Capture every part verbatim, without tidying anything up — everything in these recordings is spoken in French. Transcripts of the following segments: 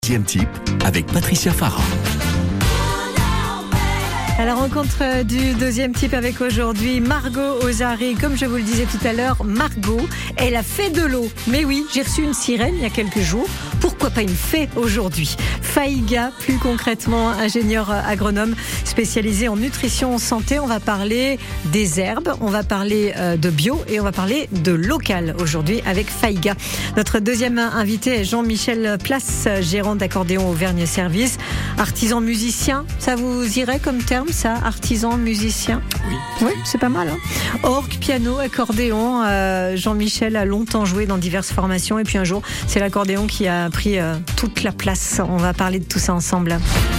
Deuxième type avec Patricia Farah. À la rencontre du deuxième type avec aujourd'hui Margot Ozari. Comme je vous le disais tout à l'heure, Margot, elle a fait de l'eau. Mais oui, j'ai reçu une sirène il y a quelques jours. Pourquoi pas une fée aujourd'hui? Faiga, plus concrètement, ingénieur agronome spécialisé en nutrition santé. On va parler des herbes, on va parler de bio et on va parler de local aujourd'hui avec Faiga. Notre deuxième invité est Jean-Michel Place, gérant d'accordéon Auvergne Service, artisan musicien. Ça vous irait comme terme, ça, artisan musicien? Oui. Oui, c'est pas mal. Hein. Orgue, piano, accordéon. Euh, Jean-Michel a longtemps joué dans diverses formations et puis un jour, c'est l'accordéon qui a pris euh, toute la place. On va parler de tout ça ensemble.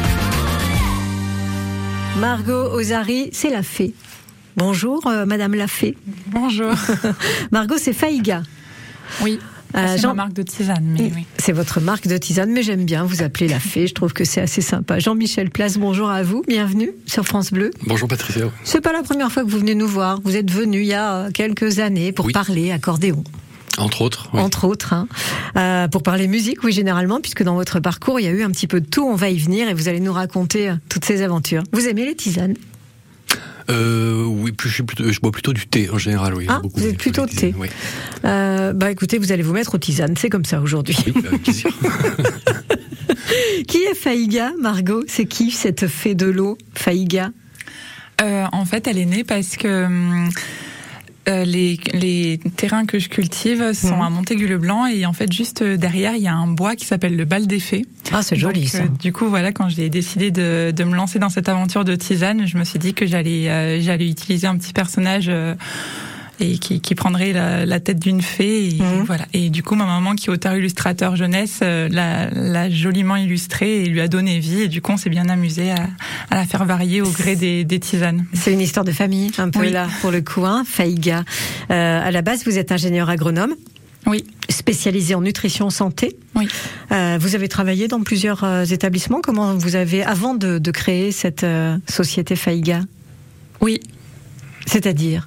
Margot Ozari, c'est la fée. Bonjour, euh, Madame la fée. Bonjour. Margot, c'est Faiga. Oui. Euh, c'est Jean... ma marque de tisane, mais oui. C'est votre marque de tisane, mais j'aime bien vous appeler la fée. Je trouve que c'est assez sympa. Jean-Michel Place, bonjour à vous. Bienvenue sur France Bleu. Bonjour Patricia. C'est pas la première fois que vous venez nous voir. Vous êtes venu il y a quelques années pour oui. parler accordéon. Entre autres. Oui. Entre autres. Hein. Euh, pour parler musique, oui, généralement, puisque dans votre parcours, il y a eu un petit peu de tout. On va y venir et vous allez nous raconter euh, toutes ces aventures. Vous aimez les tisanes? Euh, oui, je, suis plutôt, je bois plutôt du thé en général. Oui, ah, beaucoup vous êtes plutôt thé. thé. Oui. Euh, bah écoutez, vous allez vous mettre aux tisanes, c'est comme ça aujourd'hui. Oui, avec plaisir. Qui est Faiga, Margot? C'est qui cette fée de l'eau, Faiga? euh, En fait, elle est née parce que euh, les, les terrains que je cultive sont mmh. à Montaigu-le-Blanc et en fait, juste derrière, il y a un bois qui s'appelle le Bal des Fées. Ah, c'est joli. Donc, ça. Euh, du coup, voilà, quand j'ai décidé de, de me lancer dans cette aventure de tisane, je me suis dit que j'allais, euh, j'allais utiliser un petit personnage euh, et qui, qui prendrait la, la tête d'une fée. Et, mmh. voilà. Et du coup, ma maman, qui est auteur-illustrateur jeunesse, euh, l'a, l'a joliment illustrée et lui a donné vie. Et du coup, on s'est bien amusé à, à la faire varier au gré des, des tisanes. C'est une histoire de famille, un peu oui. là, pour le coup, hein, Faiga. Euh, à la base, vous êtes ingénieur agronome. Oui. Spécialisé en nutrition santé. Oui. Euh, vous avez travaillé dans plusieurs euh, établissements. Comment vous avez, avant de, de créer cette euh, société Faiga? Oui. C'est-à-dire?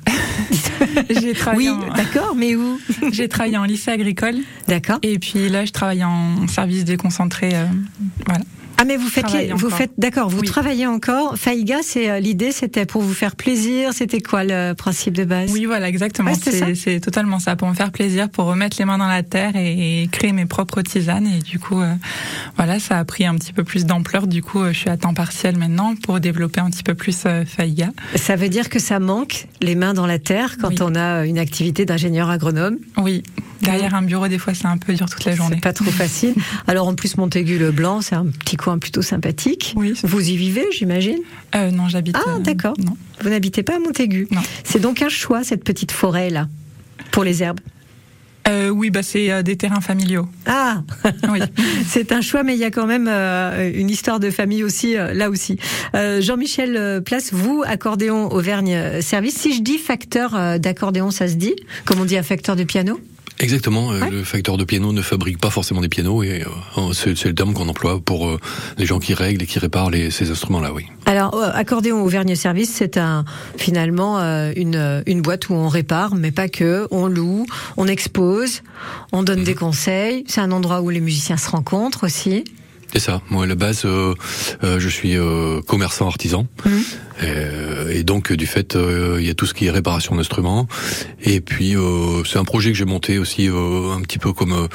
J'ai travaillé. Oui, en... d'accord, mais où? J'ai travaillé en lycée agricole. D'accord. Et puis là, je travaille en service déconcentré. Euh, voilà. Ah mais vous faites les, vous faites d'accord, vous oui. travaillez encore. Faiga, c'est l'idée, c'était pour vous faire plaisir. C'était quoi le principe de base? Oui, voilà, exactement. Ouais, c'est, c'est totalement ça, pour me faire plaisir, pour remettre les mains dans la terre et, et créer mes propres tisanes. Et du coup, euh, voilà, ça a pris un petit peu plus d'ampleur. Du coup, euh, je suis à temps partiel maintenant pour développer un petit peu plus euh, Faiga. Ça veut dire que ça manque les mains dans la terre quand oui. on a une activité d'ingénieur agronome? Oui. Derrière un bureau, des fois, c'est un peu dur toute la journée. C'est pas trop facile. Alors, en plus, Montaigu-le-Blanc, c'est un petit coin plutôt sympathique. Oui. Vous y vivez, j'imagine? euh, Non, j'habite... Ah, d'accord. Euh, non. Vous n'habitez pas à Montaigu? Non. C'est donc un choix, cette petite forêt-là, pour les herbes? Euh, oui, bah c'est euh, des terrains familiaux. Ah, oui. C'est un choix, mais il y a quand même euh, une histoire de famille aussi, euh, là aussi. Euh, Jean-Michel Place, vous, accordéon Auvergne Service. Si je dis facteur euh, d'accordéon, ça se dit? Comme on dit un facteur de piano? Exactement. Ouais. Le facteur de piano ne fabrique pas forcément des pianos et euh, c'est, c'est le terme qu'on emploie pour euh, les gens qui règlent et qui réparent les, ces instruments-là, oui. Alors, euh, accordéon Auvergne Service, c'est un finalement euh, une une boîte où on répare, mais pas que. On loue, on expose, on donne mmh. des conseils. C'est un endroit où les musiciens se rencontrent aussi. C'est ça. Moi, à la base, euh, euh, je suis euh, commerçant artisan. Mmh. Et, et donc, du fait, euh, il y a tout ce qui est réparation d'instruments. Et puis, euh, c'est un projet que j'ai monté aussi euh, un petit peu comme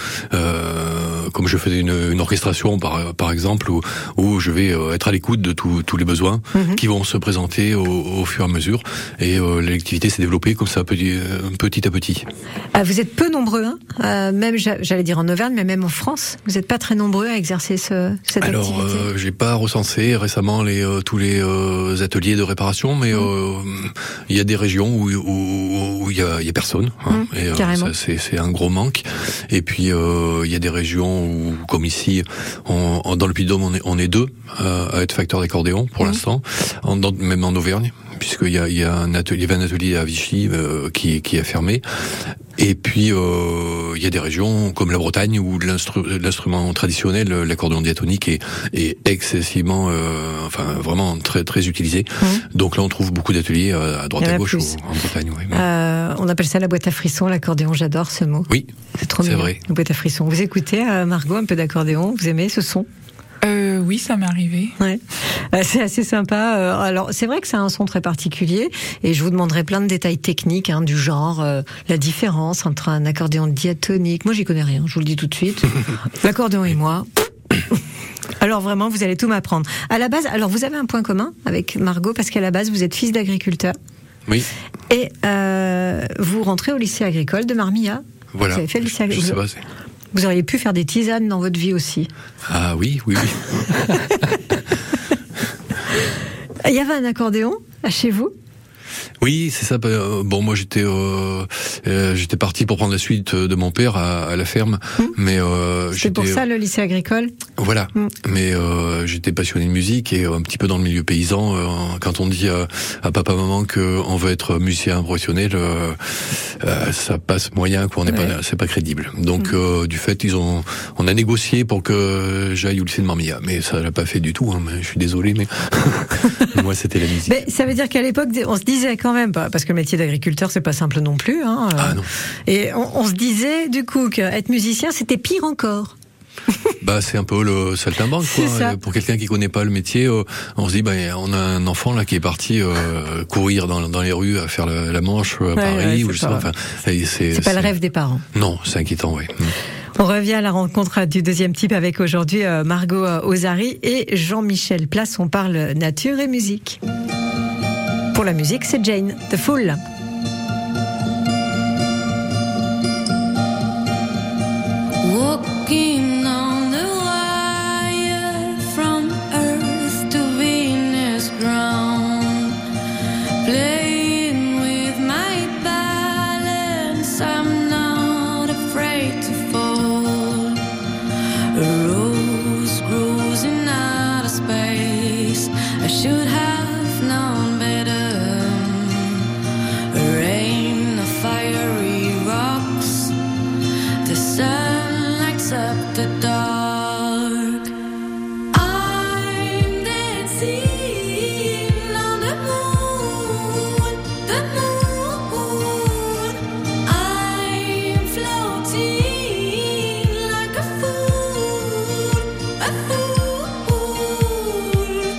euh, comme je faisais une, une orchestration, par, par exemple, où, où je vais être à l'écoute de tout, tous les besoins mmh. qui vont se présenter au, au fur et à mesure. Et euh, l'activité s'est développée comme ça, petit, petit à petit. Ah, vous êtes peu nombreux, hein euh, même, j'allais dire en Auvergne, mais même en France. Vous n'êtes pas très nombreux à exercer ce, cette Alors, activité. Alors, euh, j'ai pas recensé récemment les, euh, tous les euh, ateliers de réparation, mais il mmh. euh, y a des régions où où il y a, y a personne, hein, mmh, et euh, ça, c'est, c'est un gros manque. Et puis il euh, y a des régions où, comme ici, on, on, dans le Puy-de-Dôme, on est, on est deux euh, à être facteur d'accordéon pour mmh. l'instant, en, dans, même en Auvergne, puisqu'il y a, il y a un atelier, il y avait un atelier à Vichy euh, qui, qui a fermé. Et puis il euh, y a des régions comme la Bretagne où l'instru- l'instrument traditionnel, l'accordéon diatonique, est, est excessivement, euh, enfin vraiment très très utilisé. Mmh. Donc là on trouve beaucoup d'ateliers à droite à gauche au, en Bretagne. Ouais. Euh, on appelle ça la boîte à frissons, l'accordéon. J'adore ce mot. Oui, c'est trop c'est mignon, vrai. La boîte à frissons. Vous écoutez euh, Margot un peu d'accordéon? Vous aimez ce son? Euh, oui, ça m'est arrivé. Ouais. Euh, c'est assez sympa. Euh, alors, c'est vrai que c'est un son très particulier, et je vous demanderai plein de détails techniques, hein, du genre euh, la différence entre un accordéon diatonique. Moi, j'y connais rien. Je vous le dis tout de suite. L'accordéon et moi. Alors vraiment, vous allez tout m'apprendre. À la base, alors vous avez un point commun avec Margot parce qu'à la base, vous êtes fils d'agriculteur. Oui. Et euh, vous rentrez au lycée agricole de Marmilla. Voilà. Vous avez fait le lycée agricole. Je sais pas. C'est... Vous auriez pu faire des tisanes dans votre vie aussi. Ah oui, oui, oui. Il y avait un accordéon chez vous? Oui, c'est ça. Bon, moi j'étais euh, euh, j'étais parti pour prendre la suite de mon père à, à la ferme, mmh. mais euh, c'est pour ça le lycée agricole. Voilà. Mmh. Mais euh, j'étais passionné de musique et un petit peu dans le milieu paysan. Euh, quand on dit à, à papa maman que on veut être musicien professionnel, euh, euh, ça passe moyen, quoi. On n'est ouais. pas, c'est pas crédible. Donc mmh. euh, du fait, ils ont, on a négocié pour que j'aille au lycée de Marmilla, mais ça l'a pas fait du tout. Hein, mais je suis désolé, mais moi c'était la musique. Mais ça veut dire qu'à l'époque, on se disait quand même, parce que le métier d'agriculteur c'est pas simple non plus. Hein, ah non. Et on, on se disait du coup qu'être musicien c'était pire encore. Bah c'est un peu le saltimbanque quoi. Pour quelqu'un qui connaît pas le métier, euh, on se dit bah on a un enfant là qui est parti euh, courir dans, dans les rues à faire la, la Manche à ouais, Paris ouais, ou je sais pas. Enfin, c'est, c'est, c'est pas le rêve des parents. Non, c'est inquiétant, oui. On revient à la rencontre du deuxième type avec aujourd'hui euh, Margot Ozary et Jean-Michel Place. On parle nature et musique. Pour la musique, c'est Jane, The Fool. Walking on the wire from Earth to Venus ground, playing with my balance, I'm not afraid to fall. A rose grows in outer space, I should have known better. A rain of fiery rocks, the sun lights up the dark. I'm dancing on the moon, the moon. I'm floating like a fool, a fool.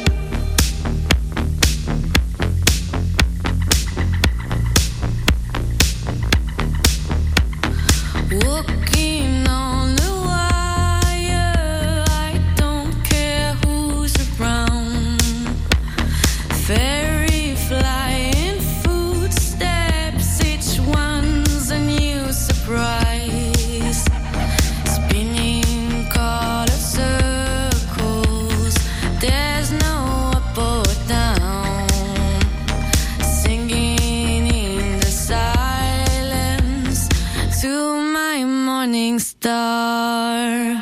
Walking on the wire, I don't care who's around. Fairy flying footsteps, each one's a new surprise. Spinning colored circles, there's no up or down. Singing in the silence to my morning star.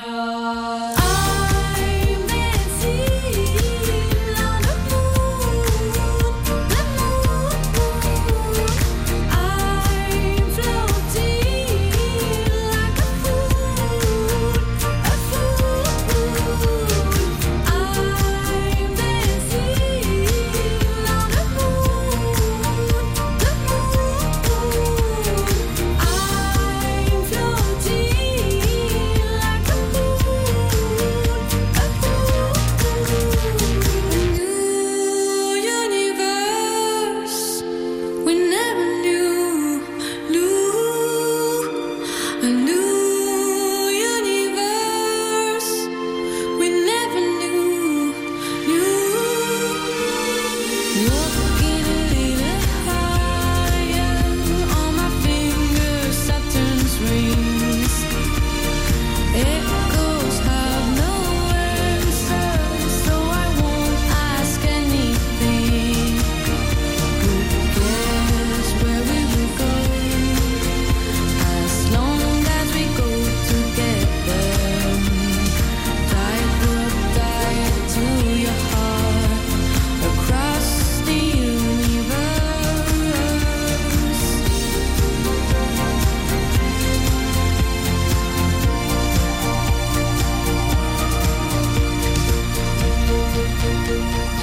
I'm dancing on the moon, the moon. I'm floating like a fool, a fool. I'm dancing on the moon, the moon. I'm floating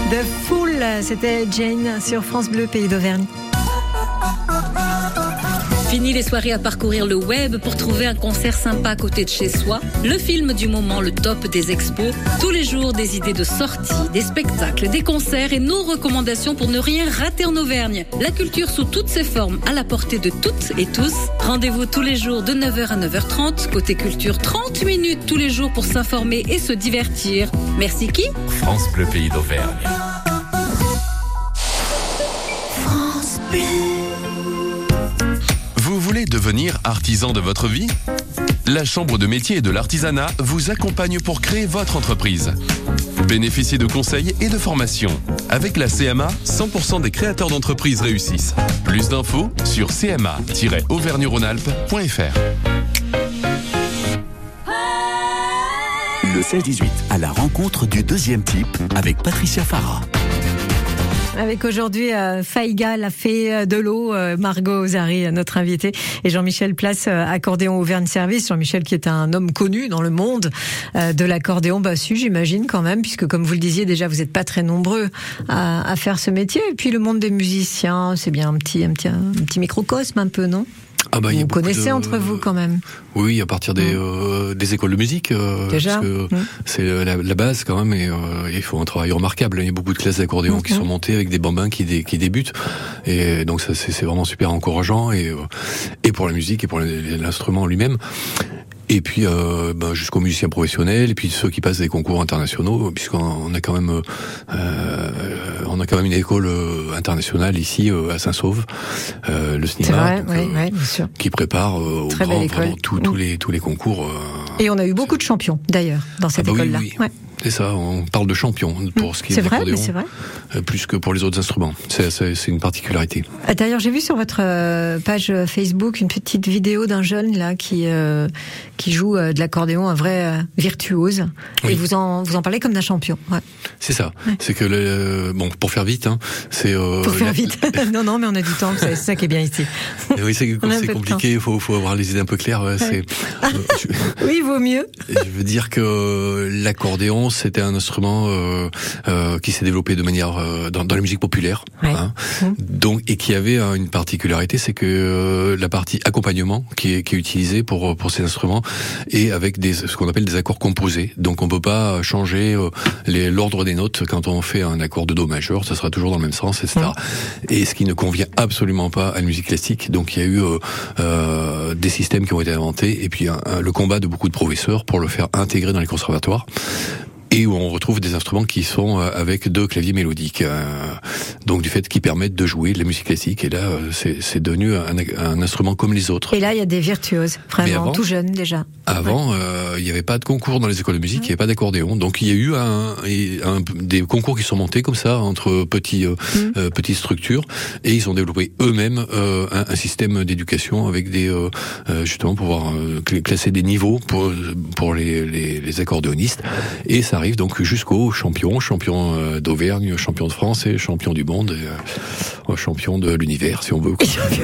The Fool, c'était Jane sur France Bleu, Pays d'Auvergne. Fini les soirées à parcourir le web pour trouver un concert sympa à côté de chez soi. Le film du moment, le top des expos. Tous les jours, des idées de sorties, des spectacles, des concerts et nos recommandations pour ne rien rater en Auvergne. La culture sous toutes ses formes, à la portée de toutes et tous. Rendez-vous tous les jours de neuf heures à neuf heures trente. Côté culture, trente minutes tous les jours pour s'informer et se divertir. Merci qui ? France Bleu Pays d'Auvergne. France Bleu. Vous voulez devenir artisan de votre vie ? La Chambre de métier et de l'artisanat vous accompagne pour créer votre entreprise. Bénéficiez de conseils et de formations. Avec la C M A, cent pour cent des créateurs d'entreprises réussissent. Plus d'infos sur c m a tiret auvergne rhône alpes point f r. Le seize dix-huit, à la rencontre du deuxième type avec Patricia Farah. Avec aujourd'hui euh, Faïga, la fée de l'eau, euh, Margot Ozary, notre invitée, et Jean-Michel Place, euh, accordéon Auvergne Service. Jean-Michel qui est un homme connu dans le monde euh, de l'accordéon. Bah si, j'imagine quand même, puisque comme vous le disiez déjà, vous n'êtes pas très nombreux à, à faire ce métier. Et puis le monde des musiciens, c'est bien un petit, un petit, un petit microcosme un peu, non ? Ah bah, vous connaissez de... entre vous quand même. Oui, à partir des, mmh. euh, des écoles de musique. Euh, Déjà. Parce que mmh. c'est la, la base quand même, et euh, il faut un travail remarquable. Il y a beaucoup de classes d'accordéon mmh. qui sont montées avec des bambins qui, dé, qui débutent, et donc ça c'est, c'est vraiment super encourageant, et, euh, et pour la musique et pour l'instrument lui-même. Et puis euh, ben, jusqu'aux musiciens professionnels, et puis ceux qui passent des concours internationaux, puisqu'on a quand même euh, on a quand même une école internationale ici euh, à Saint-Sauve, euh, le S N I M A, donc, vrai, euh, oui, oui, bien sûr. qui prépare euh, au Très grand, belle vraiment école. tous tous les tous les concours. Euh, et on a eu beaucoup de champions d'ailleurs dans cette ah bah école-là. Oui, oui. Ouais. C'est ça, on parle de champion pour ce qui est, c'est de vrai, l'accordéon, mais c'est vrai. Euh, plus que pour les autres instruments. C'est, c'est, c'est une particularité. D'ailleurs, j'ai vu sur votre page Facebook une petite vidéo d'un jeune là qui euh, qui joue euh, de l'accordéon, un vrai euh, virtuose. Oui. Et vous en vous en parlez comme d'un champion. Ouais. C'est ça. Ouais. C'est que le, bon, pour faire vite, hein, c'est euh, pour faire la, vite. non, non, mais on a du temps. C'est ça qui est bien ici. Oui, c'est, c'est compliqué. Il faut, faut avoir les idées un peu claires. Ouais, c'est, ah. euh, je, oui, il vaut mieux. Je veux dire que l'accordéon, c'était un instrument euh, euh, qui s'est développé de manière euh, dans, dans la musique populaire, ouais. hein, mmh. donc et qui avait euh, une particularité, c'est que euh, la partie accompagnement qui est, qui est utilisée pour pour ces instruments est avec des ce qu'on appelle des accords composés. Donc on peut pas changer euh, les, l'ordre des notes quand on fait un accord de do majeur, ça sera toujours dans le même sens, et cetera. Mmh. Et ce qui ne convient absolument pas à la musique classique. Donc il y a eu euh, euh, des systèmes qui ont été inventés, et puis un, un, le combat de beaucoup de professeurs pour le faire intégrer dans les conservatoires. Et où on retrouve des instruments qui sont avec deux claviers mélodiques, euh, donc du fait qu'ils permettent de jouer de la musique classique. Et là, c'est, c'est devenu un, un instrument comme les autres. Et là, il y a des virtuoses, vraiment, avant, tout jeunes déjà. Avant, ouais. euh, il n'y avait pas de concours dans les écoles de musique, il n'y avait pas d'accordéon. Donc il y a eu un, un, des concours qui sont montés comme ça entre petits, euh, mmh. euh, petites structures, et ils ont développé eux-mêmes euh, un, un système d'éducation avec des euh, justement pour pouvoir euh, classer des niveaux pour pour les, les, les accordéonistes. Et ça arrive donc jusqu'aux champions, champion d'Auvergne, champion de France et champion du monde, et euh, champion de l'univers si on veut.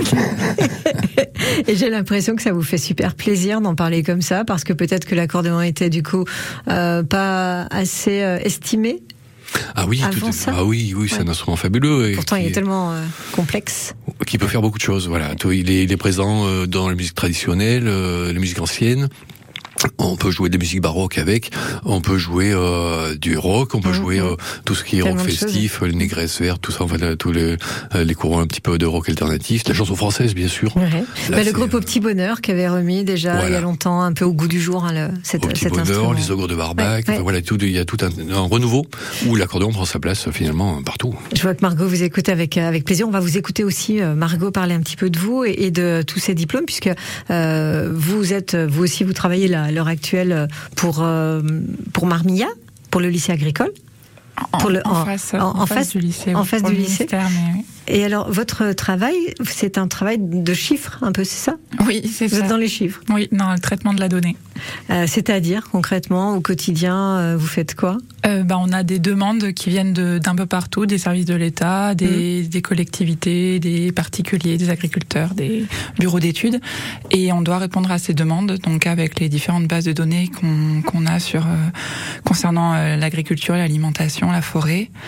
Et j'ai l'impression que ça vous fait super plaisir d'en parler comme ça, parce que peut-être que l'accordéon était du coup euh, pas assez euh, estimé. Ah oui, tout, ah oui, oui, c'est ouais. un instrument fabuleux. Et pourtant, qui, il est tellement euh, complexe. Qui peut faire beaucoup de choses. Voilà, il est, il est présent euh, dans la musique traditionnelle, euh, la musique ancienne. On peut jouer des musiques baroques avec, on peut jouer euh, du rock, on peut mmh, jouer euh, tout ce qui est rock festif, les négresses vertes, tout ça, enfin tous les, les courants un petit peu de rock alternatif, la chanson française bien sûr. Ouais. Là, bah, le groupe Au Petit Bonheur qui avait remis déjà voilà. il y a longtemps un peu au goût du jour hein, le, cet, Au Petit cet Bonheur, instrument. les Ogres de Barbac, ouais, enfin, ouais. voilà, tout, il y a tout un, un renouveau où l'accordéon prend sa place finalement partout. Je vois que Margot vous écoute avec avec plaisir. On va vous écouter aussi, Margot, parler un petit peu de vous et, et de tous ces diplômes, puisque euh, vous êtes, vous aussi, vous travaillez là, à l'heure actuelle pour euh, pour Marmilla, pour le lycée agricole, en, pour le en, en face, en, en face, face du lycée, en face du lycée. Mais oui. Et alors, votre travail, c'est un travail de chiffres, un peu, c'est ça ? Oui, c'est vous ça. Vous êtes dans les chiffres ? Oui, dans le traitement de la donnée. Euh, c'est-à-dire, concrètement, au quotidien, euh, vous faites quoi ? euh, bah, On a des demandes qui viennent de, d'un peu partout, des services de l'État, des, mmh. des collectivités, des particuliers, des agriculteurs, des bureaux d'études. Et on doit répondre à ces demandes, donc avec les différentes bases de données qu'on, qu'on a sur, euh, concernant euh, l'agriculture, l'alimentation, la forêt.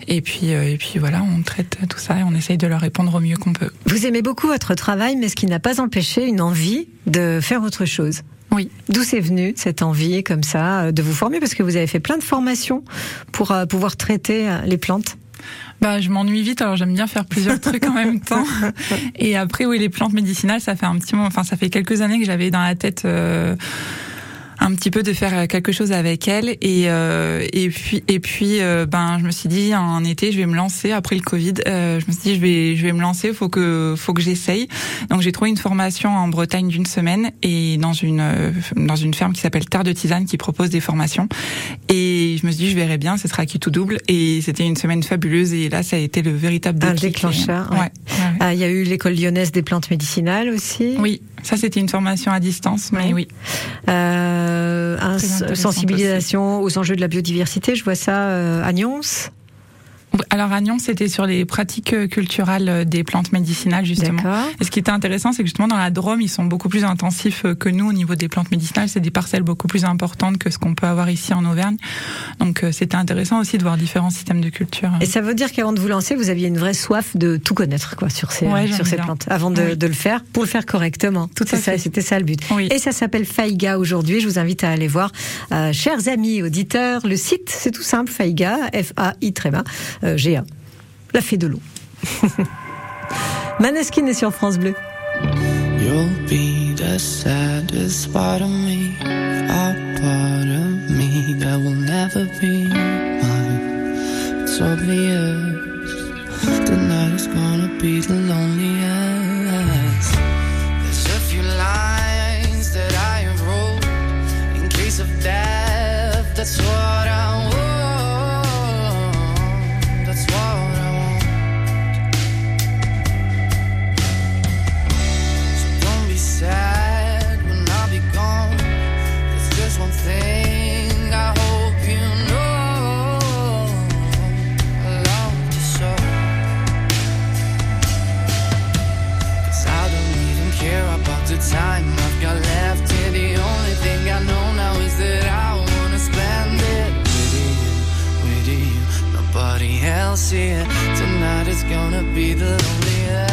Et puis, euh, et puis voilà, on traite tout ça et on essaye de leur répondre au mieux qu'on peut. Vous aimez beaucoup votre travail, mais ce qui n'a pas empêché une envie de faire autre chose. Oui. D'où c'est venu cette envie comme ça de vous former, parce que vous avez fait plein de formations pour euh, pouvoir traiter euh, les plantes. Bah, je m'ennuie vite, alors j'aime bien faire plusieurs trucs en même temps. Et après, oui, les plantes médicinales, ça fait un petit moment, enfin, ça fait quelques années que j'avais dans la tête euh, un petit peu de faire quelque chose avec elles. Et euh, et puis et puis, euh, ben, je me suis dit un été, je vais me lancer après le Covid. Euh, je me suis dit, je vais je vais me lancer, faut que faut que j'essaye. Donc j'ai trouvé une formation en Bretagne d'une semaine et dans une dans une ferme qui s'appelle Terre de Tisane qui propose des formations. Et je me suis dit, je verrai bien, ce sera qui tout double. Et c'était une semaine fabuleuse. Et là, ça a été le véritable déclic. Un déclencheur. Et... Ouais. Ouais, ouais. Ah, il y a eu l'école lyonnaise des plantes médicinales aussi. Oui, ça c'était une formation à distance, mais ouais. oui. Euh, un, sensibilisation aussi aux enjeux de la biodiversité. Je vois ça euh, à Nyons. Alors à Nyons, c'était sur les pratiques culturelles des plantes médicinales justement. D'accord. Et ce qui était intéressant, c'est que justement dans la Drôme, ils sont beaucoup plus intensifs que nous au niveau des plantes médicinales. C'est des parcelles beaucoup plus importantes que ce qu'on peut avoir ici en Auvergne. Donc c'était intéressant aussi de voir différents systèmes de culture. Et ça veut dire qu'avant de vous lancer, vous aviez une vraie soif de tout connaître quoi sur ces ouais, sur ces bien. plantes, avant de, oui. de le faire, pour le faire correctement. Tout c'est à ça, fait. c'était ça le but. Oui. Et ça s'appelle Faïga aujourd'hui. Je vous invite à aller voir, euh, chers amis auditeurs, le site. C'est tout simple, Faïga, F A I euh, G A. La fée de l'eau. Maneskin est sur France Bleu. You'll be the saddest part of me, a part of me that will never be mine. It's obvious tonight is gonna be the loneliest. There's a few lines that I have wrote in case of death. That's what I want. That's what I want. Sad when I'll be gone. There's just one thing I hope you know. I love you so. 'Cause I don't even care about the time I've got left here. The only thing I know now is that I wanna spend it with you, with you. Nobody else here. Tonight is gonna be the loneliest.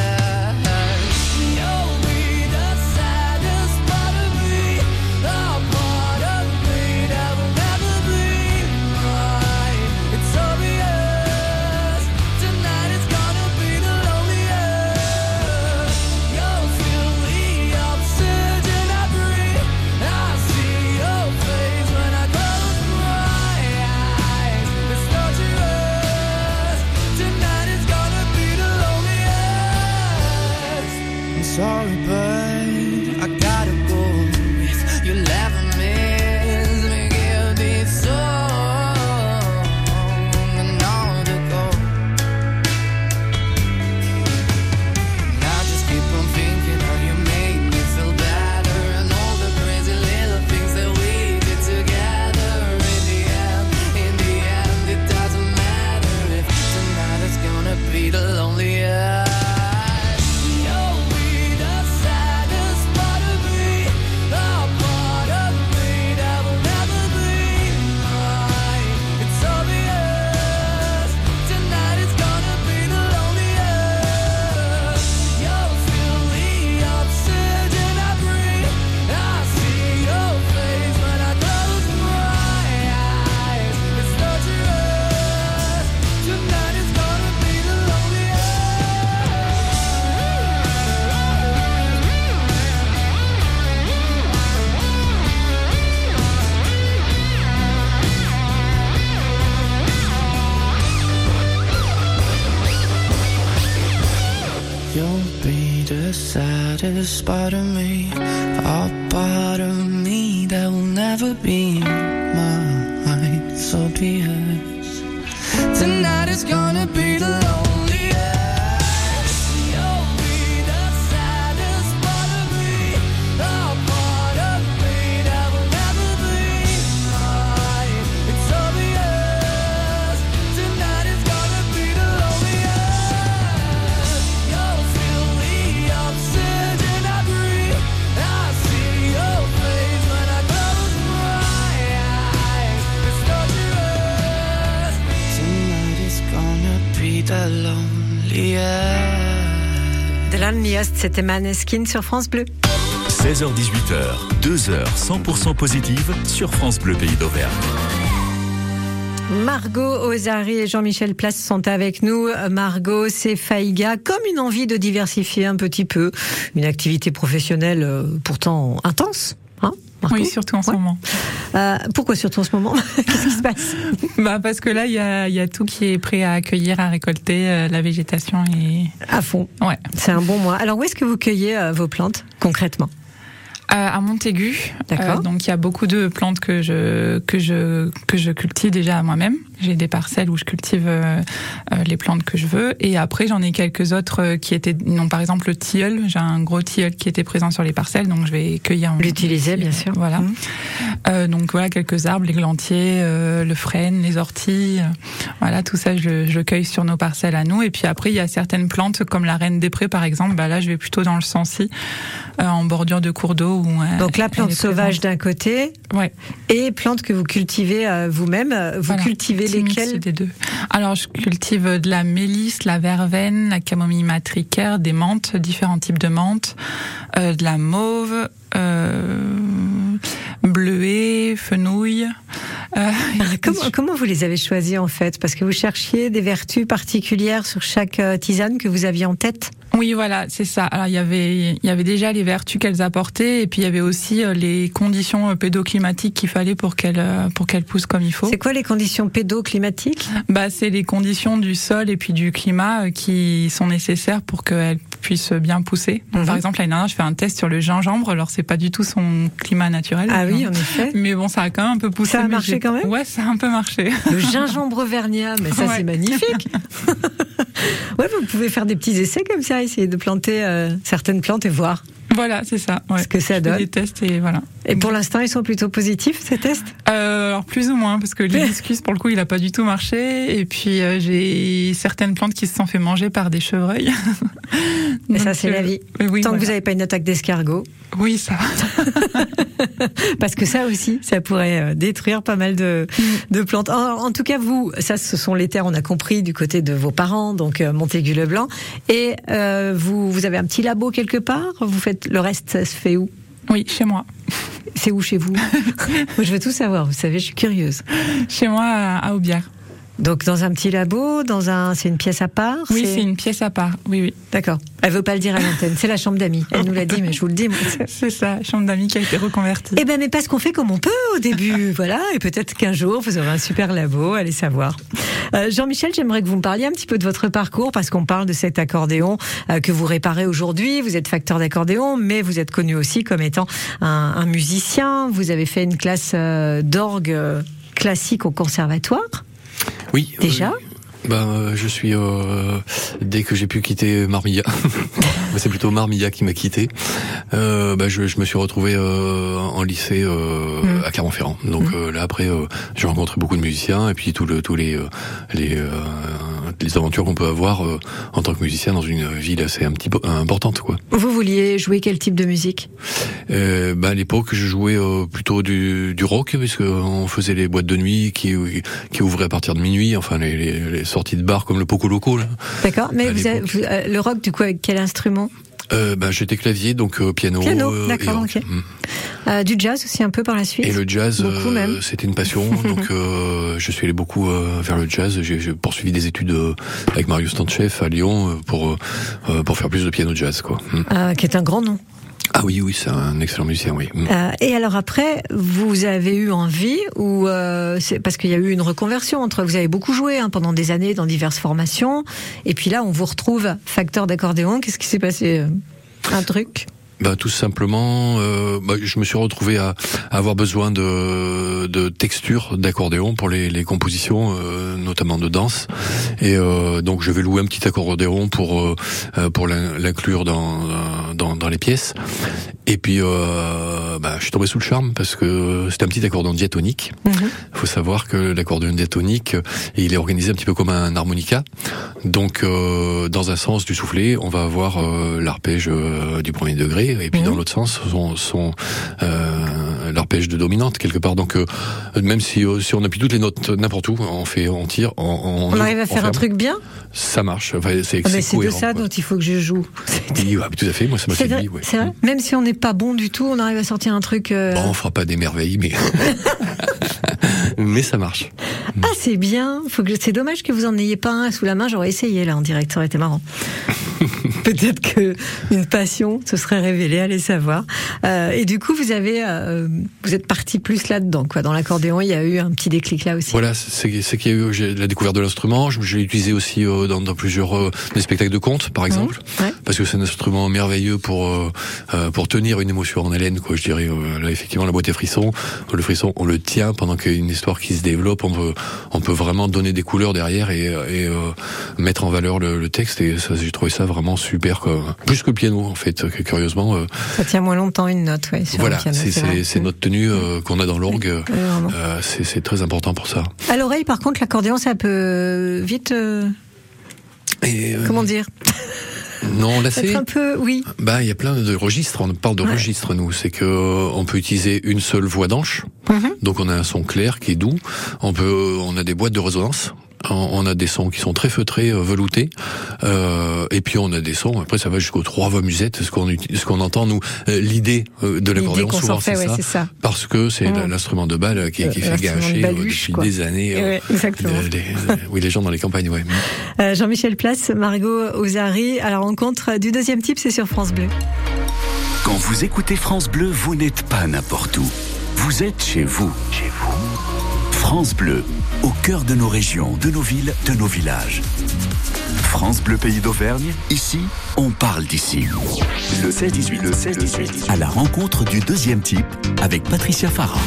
Sorry, but I gotta go. If you'll ever miss me, give this song another go. And I just keep on thinking how you made me feel better, and all the crazy little things that we did together. In the end, in the end, it doesn't matter if tonight is gonna be the loneliest. You'll be the saddest part of me, a part of me that will never be mine. So be it. Tonight is gonna be the loneliest. You'll be the saddest part of me, a part of me that will never be mine. It's obvious. Tonight is gonna be the loneliest. You'll feel the oxygen I breathe. I see your face when I close my eyes. It's torturous. Tonight is gonna the loneliest. The Loneliest, c'était Maneskin sur France Bleu. seize heures dix-huit heures, deux heures cent pour cent positive sur France Bleu Pays d'Auvergne. Margot Ozary et Jean-Michel Place sont avec nous. Margot, c'est Faïga, comme une envie de diversifier un petit peu une activité professionnelle euh, pourtant intense. Hein, Margot ? Oui, surtout en ce ouais. moment. Euh, pourquoi surtout en ce moment ? Qu'est-ce qui se passe ? Bah parce que là, il y a, y a tout qui est prêt à accueillir, à récolter. Euh, la végétation est à fond. Ouais. C'est un bon mois. Alors où est-ce que vous cueillez euh, vos plantes concrètement ? À Montaigu. D'accord. Euh, donc il y a beaucoup de plantes que je que je que je cultive déjà à moi-même. J'ai des parcelles où je cultive euh, euh, les plantes que je veux, et après j'en ai quelques autres euh, qui étaient, non, par exemple le tilleul. J'ai un gros tilleul qui était présent sur les parcelles, donc je vais cueillir. L'utiliser, bien sûr. Voilà. Mmh. Euh, donc voilà, quelques arbres, l'églantier, euh, le frêne, les orties. Euh, voilà, tout ça je, je cueille sur nos parcelles à nous. Et puis après il y a certaines plantes comme la reine des prés par exemple. Bah là je vais plutôt dans le Sancy, euh, en bordure de cours d'eau. Où, euh, donc la plante sauvage d'un côté, ouais, et plantes que vous cultivez euh, vous-même. Vous voilà. cultivez Petit lesquelles ? mix des deux. Alors je cultive de la mélisse, la verveine, la camomille matricaire, des menthes, différents types de menthes, euh, de la mauve, euh, bleuet, fenouil. Euh, comment, comment vous les avez choisis en fait ? Parce que vous cherchiez des vertus particulières sur chaque euh, tisane que vous aviez en tête ? Oui, voilà, c'est ça. Alors il y avait il y avait déjà les vertus qu'elles apportaient, et puis il y avait aussi les conditions pédoclimatiques qu'il fallait pour qu'elles pour qu'elles poussent comme il faut. C'est quoi les conditions pédoclimatiques ? Bah c'est les conditions du sol et puis du climat qui sont nécessaires pour qu'elles puissent bien pousser. Donc, mm-hmm. Par exemple, l'année dernière, je fais un test sur le gingembre. Alors c'est pas du tout son climat naturel. Ah oui, en effet. Mais bon, ça a quand même un peu poussé. Ça a marché j'ai... quand même ? Ouais, ça a un peu marché. Le gingembre auvergnat, mais ça ouais. C'est magnifique. Ouais, vous pouvez faire des petits essais comme ça, essayer de planter euh, certaines plantes et voir. Voilà, c'est ça. Ouais. Ce que ça je donne. Fais des tests et voilà. Et pour l'instant, ils sont plutôt positifs, ces tests ? euh, Alors plus ou moins, parce que l'hibiscus, pour le coup, il a pas du tout marché. Et puis euh, j'ai certaines plantes qui se sont fait manger par des chevreuils. Et Donc, ça, c'est euh, la vie. Oui, Tant voilà. que vous n'avez pas une attaque d'escargot. Oui, ça va. Parce que ça aussi, ça pourrait détruire pas mal de, de plantes. En, en tout cas, vous, ça, ce sont les terres, on a compris, du côté de vos parents, donc euh, Montaigu-le-Blanc. Et euh, vous, vous avez un petit labo quelque part ? Vous faites le reste, ça se fait où ? Oui, chez moi. C'est où chez vous ? Moi, je veux tout savoir, vous savez, je suis curieuse. Chez moi, à Aubière. Donc dans un petit labo, dans un, c'est une pièce à part ? Oui, c'est... c'est une pièce à part. Oui, oui. D'accord. Elle veut pas le dire à l'antenne. C'est la chambre d'amis. Elle nous l'a dit, mais je vous le dis. Moi. C'est ça, chambre d'amis qui a été reconvertie. Eh ben, mais parce qu'on fait comme on peut au début, voilà. Et peut-être qu'un jour vous aurez un super labo. Allez savoir. Euh, Jean-Michel, j'aimerais que vous me parliez un petit peu de votre parcours, parce qu'on parle de cet accordéon euh, que vous réparez aujourd'hui. Vous êtes facteur d'accordéon, mais vous êtes connu aussi comme étant un, un musicien. Vous avez fait une classe euh, d'orgue euh, classique au conservatoire. Oui. Déjà. Oui. Ben, euh, je suis euh, dès que j'ai pu quitter Marmilla, c'est plutôt Marmilla qui m'a quitté. Euh, ben, je, je me suis retrouvé euh, en lycée euh, mmh. à Clermont-Ferrand. Donc mmh. euh, là après, euh, j'ai rencontré beaucoup de musiciens et puis tout le, tous les euh, les euh, les aventures qu'on peut avoir euh, en tant que musicien dans une ville assez un petit peu importante, quoi. Vous vouliez jouer quel type de musique ? euh, ben, à l'époque, je jouais euh, plutôt du, du rock, puisque on faisait les boîtes de nuit qui qui ouvraient à partir de minuit. Enfin, les, les, les sorties de bar comme le Poco Loco, là. D'accord, mais vous avez, vous, euh, le rock, du coup, avec quel instrument ? Euh, ben, j'étais clavier, donc euh, piano. Piano, euh, d'accord, ok. Mmh. Euh, du jazz aussi un peu par la suite. Et le jazz, beaucoup, euh, c'était une passion, donc euh, je suis allé beaucoup euh, vers le jazz. J'ai, j'ai poursuivi des études euh, avec Marius Tanchev à Lyon euh, pour euh, pour faire plus de piano jazz, quoi. Mmh. Euh, qui est un grand nom. Ah oui, oui, c'est un excellent musicien, oui. Euh, et alors après, vous avez eu envie, ou euh, c'est parce qu'il y a eu une reconversion entre, vous avez beaucoup joué hein, pendant des années dans diverses formations, et puis là on vous retrouve facteur d'accordéon. Qu'est-ce qui s'est passé ? Un truc ? Bah tout simplement, euh, bah, je me suis retrouvé à, à avoir besoin de, de textures d'accordéon pour les, les compositions, euh, notamment de danse. Et euh, donc je vais louer un petit accordéon pour euh, pour l'inclure dans, dans dans les pièces. Et puis euh, bah, je suis tombé sous le charme parce que c'est un petit accordéon diatonique. Il mm-hmm. faut savoir que l'accordéon diatonique, il est organisé un petit peu comme un harmonica. Donc euh, dans un sens du soufflet, on va avoir euh, l'arpège euh, du premier degré. clé, et puis mmh. dans l'autre sens sont, sont euh, l'arpège de dominante quelque part. Donc euh, même si euh, si on appuie toutes les notes n'importe où, on fait, on tire, on, on, on arrive à faire ferme. Un truc bien. Ça marche. Enfin, c'est, ah c'est, c'est de ça quoi. Dont il faut que je joue. Oui, ouais, tout à fait. Moi, ça m'a c'est séduit. Ouais. C'est vrai. Même si on n'est pas bon du tout, on arrive à sortir un truc. Euh... Bon, on fera pas des merveilles, mais mais ça marche. Ah, c'est bien. Faut que... C'est dommage que vous en ayez pas un sous la main. J'aurais essayé là en direct, ça aurait été marrant. Peut-être que une passion se serait révélée, allez savoir. Euh, et du coup, vous avez, euh, vous êtes parti plus là-dedans, quoi. Dans l'accordéon, il y a eu un petit déclic là aussi. Voilà, c'est, c'est qu'il y a eu j'ai la découverte de l'instrument. Je, je l'ai utilisé aussi euh, dans, dans plusieurs euh, des spectacles de contes, par exemple, mmh, ouais. parce que c'est un instrument merveilleux pour euh, pour tenir une émotion en haleine, quoi. Je dirais euh, là effectivement la boîte à frissons, le frisson, on le tient pendant qu'il y a une histoire qui se développe. On peut on peut vraiment donner des couleurs derrière et, et euh, mettre en valeur le, le texte. Et ça, j'ai trouvé ça vraiment super, quoi. Plus que le piano en fait, curieusement. Euh, ça tient moins longtemps une note, ouais. Sur voilà, le piano, c'est, c'est, c'est, c'est notre tenue euh, qu'on a dans l'orgue. Oui, euh, c'est, c'est très important pour ça. À l'oreille, par contre, l'accordéon, ça peut vite. Euh... Et, euh... Comment dire? Non, là c'est un peu, oui. Bah, il y a plein de registres. On parle de ouais. registres, nous. C'est que on peut utiliser une seule voix d'anche. Mm-hmm. Donc on a un son clair qui est doux. On peut, on a des boîtes de résonance. On a des sons qui sont très feutrés, veloutés, euh, et puis on a des sons. Après, ça va jusqu'aux trois voix musettes. Ce qu'on ce qu'on entend nous, euh, l'idée de l'accordéon souvent fait, c'est, ouais, ça, c'est ça, parce que c'est mmh. l'instrument de balle qui, qui euh, fait gâcher baluche, depuis quoi. des années. Ouais, euh, exactement. Les, les, oui, les gens dans les campagnes, ouais. Euh, Jean-Michel Place, Margot Ozary, à la rencontre du deuxième type, c'est sur France Bleu. Quand vous écoutez France Bleu, vous n'êtes pas n'importe où. Vous êtes chez vous. Chez vous. France Bleu, au cœur de nos régions, de nos villes, de nos villages. France Bleu Pays d'Auvergne, ici, on parle d'ici. Le seize dix-huit, le seize dix-huit, à la rencontre du deuxième type avec Patricia Farah.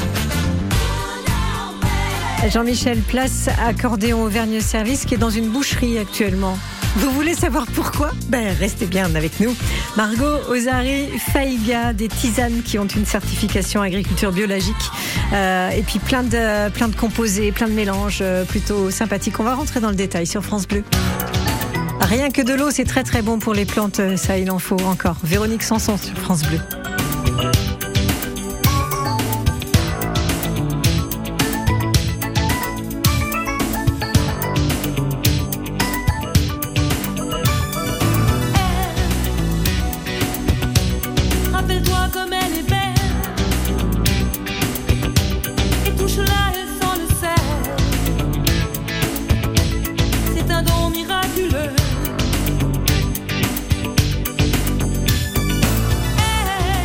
Jean-Michel Place, accordéon Auvergne Service, qui est dans une boucherie actuellement. Vous voulez savoir pourquoi? Ben, restez bien avec nous. Margot Ozary, Faïga, des tisanes qui ont une certification agriculture biologique, euh, et puis plein de, plein de composés, plein de mélanges euh, plutôt sympathiques. On va rentrer dans le détail sur France Bleu. Rien que de l'eau, c'est très très bon pour les plantes, ça il en faut encore. Véronique Sanson sur France Bleu. Miraculeux.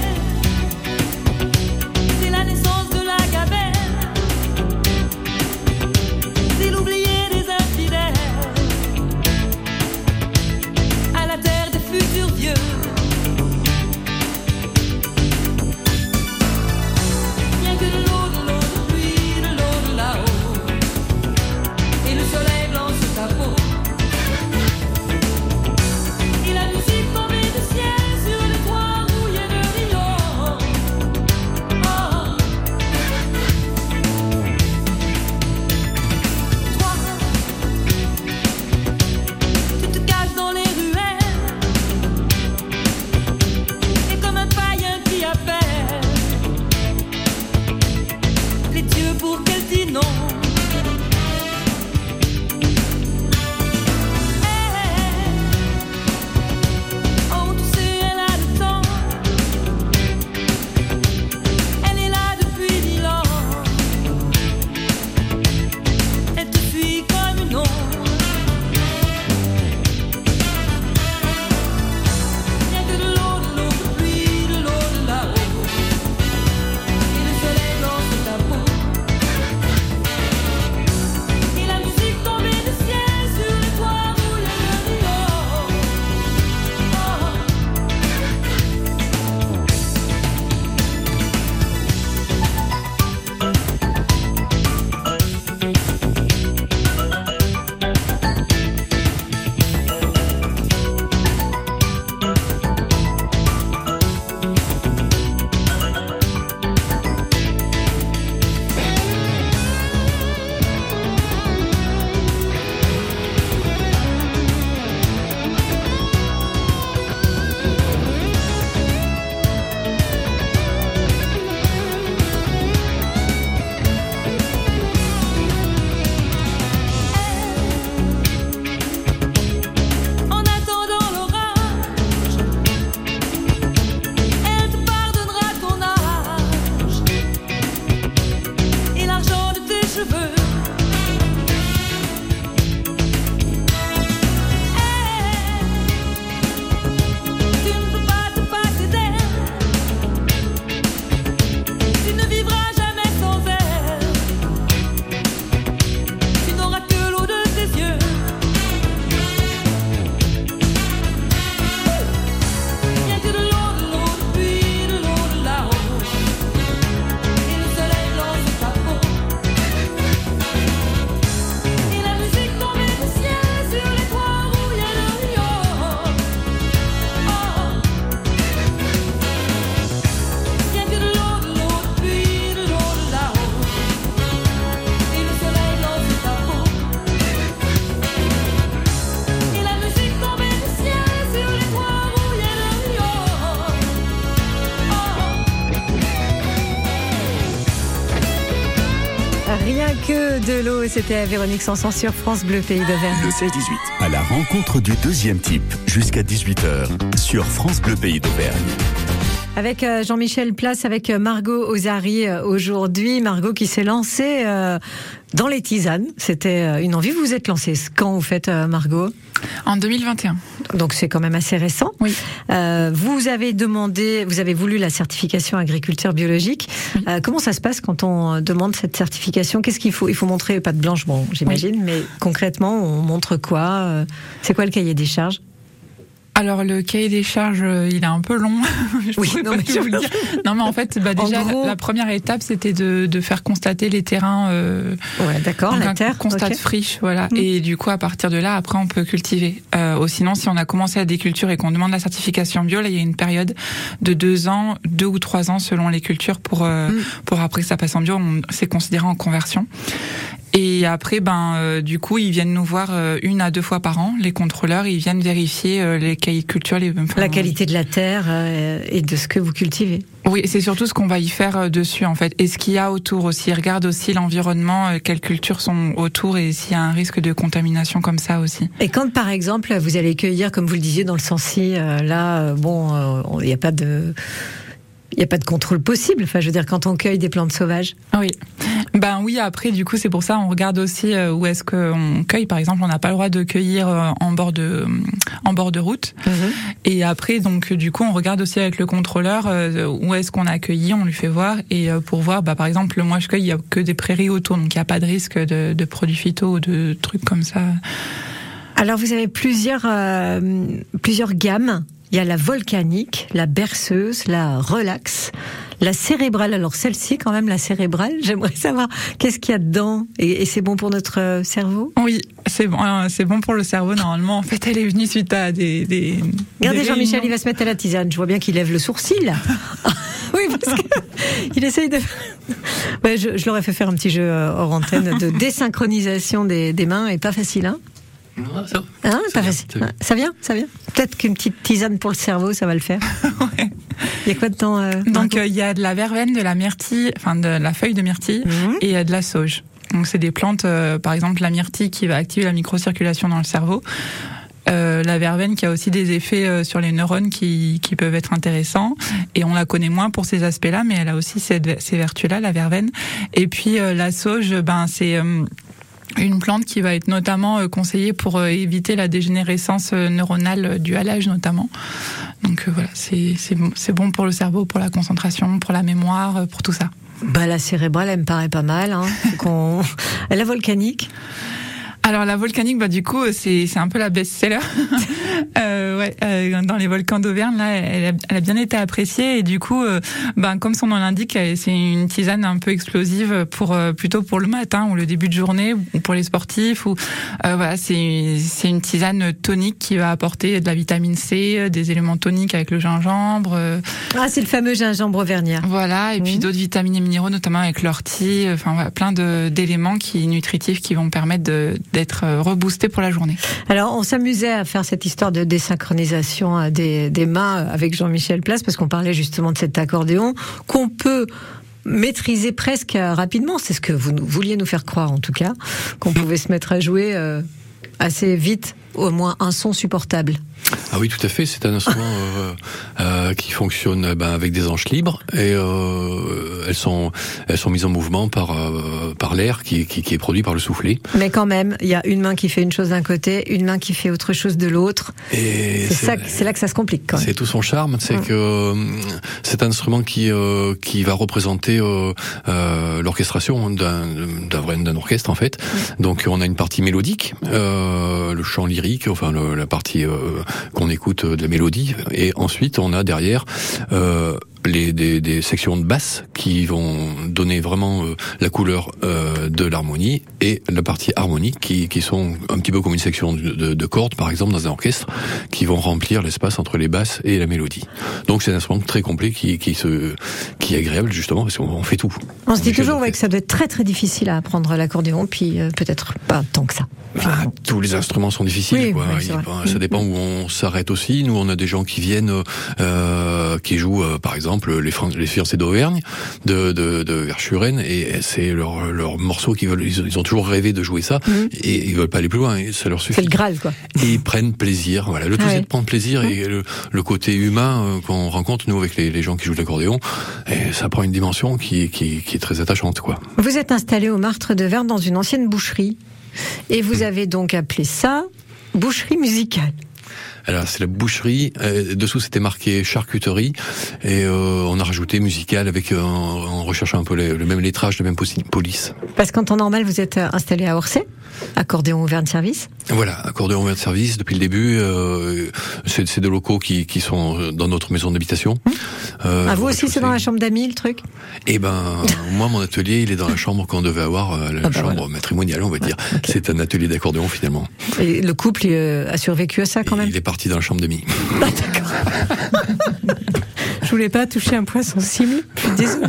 Rien que de l'eau, c'était Véronique Sanson sur France Bleu Pays d'Auvergne. Le seize dix-huit, à la rencontre du deuxième type, jusqu'à dix-huit heures, sur France Bleu Pays d'Auvergne. Avec Jean-Michel Place, avec Margot Ozary aujourd'hui. Margot qui s'est lancée euh, dans les tisanes. C'était une envie. Vous vous êtes lancée quand vous faites, Margot ? En deux mille vingt et un. Donc c'est quand même assez récent. Oui. Euh, vous avez demandé, vous avez voulu la certification agriculture biologique. Oui. Euh, comment ça se passe quand on demande cette certification ? Qu'est-ce qu'il faut ? Il faut montrer patte blanche, bon, j'imagine, oui. Mais concrètement, on montre quoi ? C'est quoi le cahier des charges ? Alors le cahier des charges, il est un peu long. je oui, non mais, je vous le dire. Non mais en fait, bah déjà en gros... la, la première étape, c'était de, de faire constater les terrains. Euh, ouais, d'accord. La un terre. Constat okay. de friche, voilà. Mmh. Et du coup, à partir de là, après, on peut cultiver. Euh, ou sinon, si on a commencé à des cultures et qu'on demande la certification bio, là, il y a une période de deux ans, deux ou trois ans selon les cultures pour euh, mmh. pour après que ça passe en bio, on, c'est considéré en conversion. Et après, ben, euh, du coup, ils viennent nous voir euh, une à deux fois par an, les contrôleurs, ils viennent vérifier euh, les cahiers de culture, les, enfin, la qualité de la terre euh, et de ce que vous cultivez. Oui, c'est surtout ce qu'on va y faire euh, dessus, en fait, et ce qu'il y a autour aussi. Ils regardent aussi l'environnement, euh, quelles cultures sont autour et s'il y a un risque de contamination comme ça aussi. Et quand, par exemple, vous allez cueillir, comme vous le disiez, dans le Sancy, euh, là, euh, bon, il euh, n'y a pas de... Il n'y a pas de contrôle possible, enfin, je veux dire, quand on cueille des plantes sauvages. Oui. Ben oui, après, du coup, c'est pour ça, on regarde aussi où est-ce qu'on cueille. Par exemple, on n'a pas le droit de cueillir en bord de, en bord de route. Mmh. Et après, donc, du coup, on regarde aussi avec le contrôleur où est-ce qu'on a cueilli, on lui fait voir. Et pour voir, bah, par exemple, moi, je cueille, il n'y a que des prairies autour, donc il n'y a pas de risque de, de produits phyto ou de trucs comme ça. Alors, vous avez plusieurs, euh, plusieurs gammes. Il y a la volcanique, la berceuse, la relax, la cérébrale. Alors celle-ci, quand même, la cérébrale, j'aimerais savoir qu'est-ce qu'il y a dedans. Et, et c'est bon pour notre cerveau ? Oui, c'est bon, euh, c'est bon pour le cerveau. Normalement, en fait, elle est venue suite à des... des Regardez, des Jean-Michel, il va se mettre à la tisane. Je vois bien qu'il lève le sourcil. Oui, parce qu'il essaye de... Ouais, je, je leur ai fait faire un petit jeu hors antenne de désynchronisation des, des mains, et pas facile, hein ? Non, ça, hein, ça, pas vient, facile. Ça, ça vient, ça vient. Peut-être qu'une petite tisane pour le cerveau, ça va le faire. Ouais. Il y a quoi dedans euh, Donc il euh, y a de la verveine, de la myrtille, enfin de la feuille de myrtille mmh. et euh, de la sauge. Donc c'est des plantes, euh, par exemple la myrtille qui va activer la microcirculation dans le cerveau. Euh, la verveine qui a aussi des effets euh, sur les neurones qui, qui peuvent être intéressants, et on la connaît moins pour ces aspects-là, mais elle a aussi ces, ces vertus-là, la verveine. Et puis euh, la sauge, ben c'est euh, une plante qui va être notamment conseillée pour éviter la dégénérescence neuronale due à l'âge notamment. Donc voilà, c'est, c'est, bon, c'est bon pour le cerveau, pour la concentration, pour la mémoire, pour tout ça. Bah, la cérébrale, elle me paraît pas mal. Hein. Qu'on... La volcanique. Alors la volcanique, bah du coup c'est c'est un peu la best-seller. euh, ouais, euh, dans les volcans d'Auvergne là, elle a, elle a bien été appréciée, et du coup, euh, bah comme son nom l'indique, c'est une tisane un peu explosive pour euh, plutôt pour le matin ou le début de journée, ou pour les sportifs, ou euh, voilà, c'est c'est une tisane tonique qui va apporter de la vitamine C, des éléments toniques avec le gingembre. Euh, ah, c'est le fameux gingembre auvergnat. Voilà, et mmh. puis d'autres vitamines et minéraux, notamment avec l'ortie. Enfin voilà, plein de d'éléments qui nutritifs qui vont permettre de d'être reboosté pour la journée. Alors, on s'amusait à faire cette histoire de désynchronisation des, des mains avec Jean-Michel Place, parce qu'on parlait justement de cet accordéon qu'on peut maîtriser presque rapidement. C'est ce que vous vouliez nous faire croire, en tout cas, qu'on pouvait se mettre à jouer euh, assez vite, au moins un son supportable. Ah oui, tout à fait. C'est un instrument euh, euh, qui fonctionne ben, avec des anches libres, et euh, elles sont elles sont mises en mouvement par euh, par l'air qui, qui qui est produit par le soufflet. Mais quand même, il y a une main qui fait une chose d'un côté, une main qui fait autre chose de l'autre. Et c'est, c'est ça, c'est là que ça se complique. Quand même. C'est tout son charme, c'est mmh. que euh, c'est un instrument qui euh, qui va représenter euh, euh, l'orchestration d'un d'un d'un orchestre en fait. Mmh. Donc on a une partie mélodique, euh, le chant lyrique, enfin le, la partie euh, qu'on écoute de la mélodie, et ensuite on a derrière euh, les des, des sections de basse qui vont donner vraiment euh, la couleur euh, de l'harmonie, et la partie harmonique qui qui sont un petit peu comme une section de, de, de cordes par exemple dans un orchestre, qui vont remplir l'espace entre les basses et la mélodie. Donc c'est un instrument très complet qui qui se qui est agréable justement parce qu'on fait tout. On, on se dit toujours ouais, que ça doit être très très difficile à apprendre l'accordéon, puis euh, peut-être pas tant que ça. Ah, tous les instruments sont difficiles, oui, quoi. Oui, Il, ça dépend où on s'arrête aussi. Nous, on a des gens qui viennent, euh, qui jouent, euh, par exemple, exemple les, Fran- les fiancés d'Auvergne, de, de, de Verschuren, et c'est leur, leur morceau qu'ils veulent, ils, ils ont toujours rêvé de jouer ça, mmh. et ils veulent pas aller plus loin, et ça leur suffit. C'est le Graal, quoi. Et ils prennent plaisir, voilà. Le tout, ah c'est ouais. de prendre plaisir, mmh. et le, le côté humain euh, qu'on rencontre, nous, avec les, les gens qui jouent de l'accordéon, et ça prend une dimension qui, qui, qui est très attachante, quoi. Vous êtes installé au Martre de Verne dans une ancienne boucherie, et vous mmh. avez donc appelé ça boucherie musicale. Alors c'est la boucherie, euh, dessous c'était marqué charcuterie, et euh, on a rajouté musical avec euh, en recherchant un peu les, le même lettrage, le même police. Parce qu'en temps normal vous êtes installé à Orsay, accordéon Auvergne Service. Voilà, accordéon Auvergne Service depuis le début. Euh, c'est, c'est des locaux qui, qui sont dans notre maison d'habitation. Mmh. Euh, ah vous aussi c'est dans la chambre d'amis le truc? Eh ben moi mon atelier il est dans la chambre qu'on devait avoir, euh, la ah bah chambre voilà. matrimoniale on va dire. Ah, okay. C'est un atelier d'accordéon finalement. Et le couple euh, a survécu à ça quand même? Il est parti dans la chambre d'amis. Ah, d'accord. Je voulais pas toucher un point sensible, je suis désolée.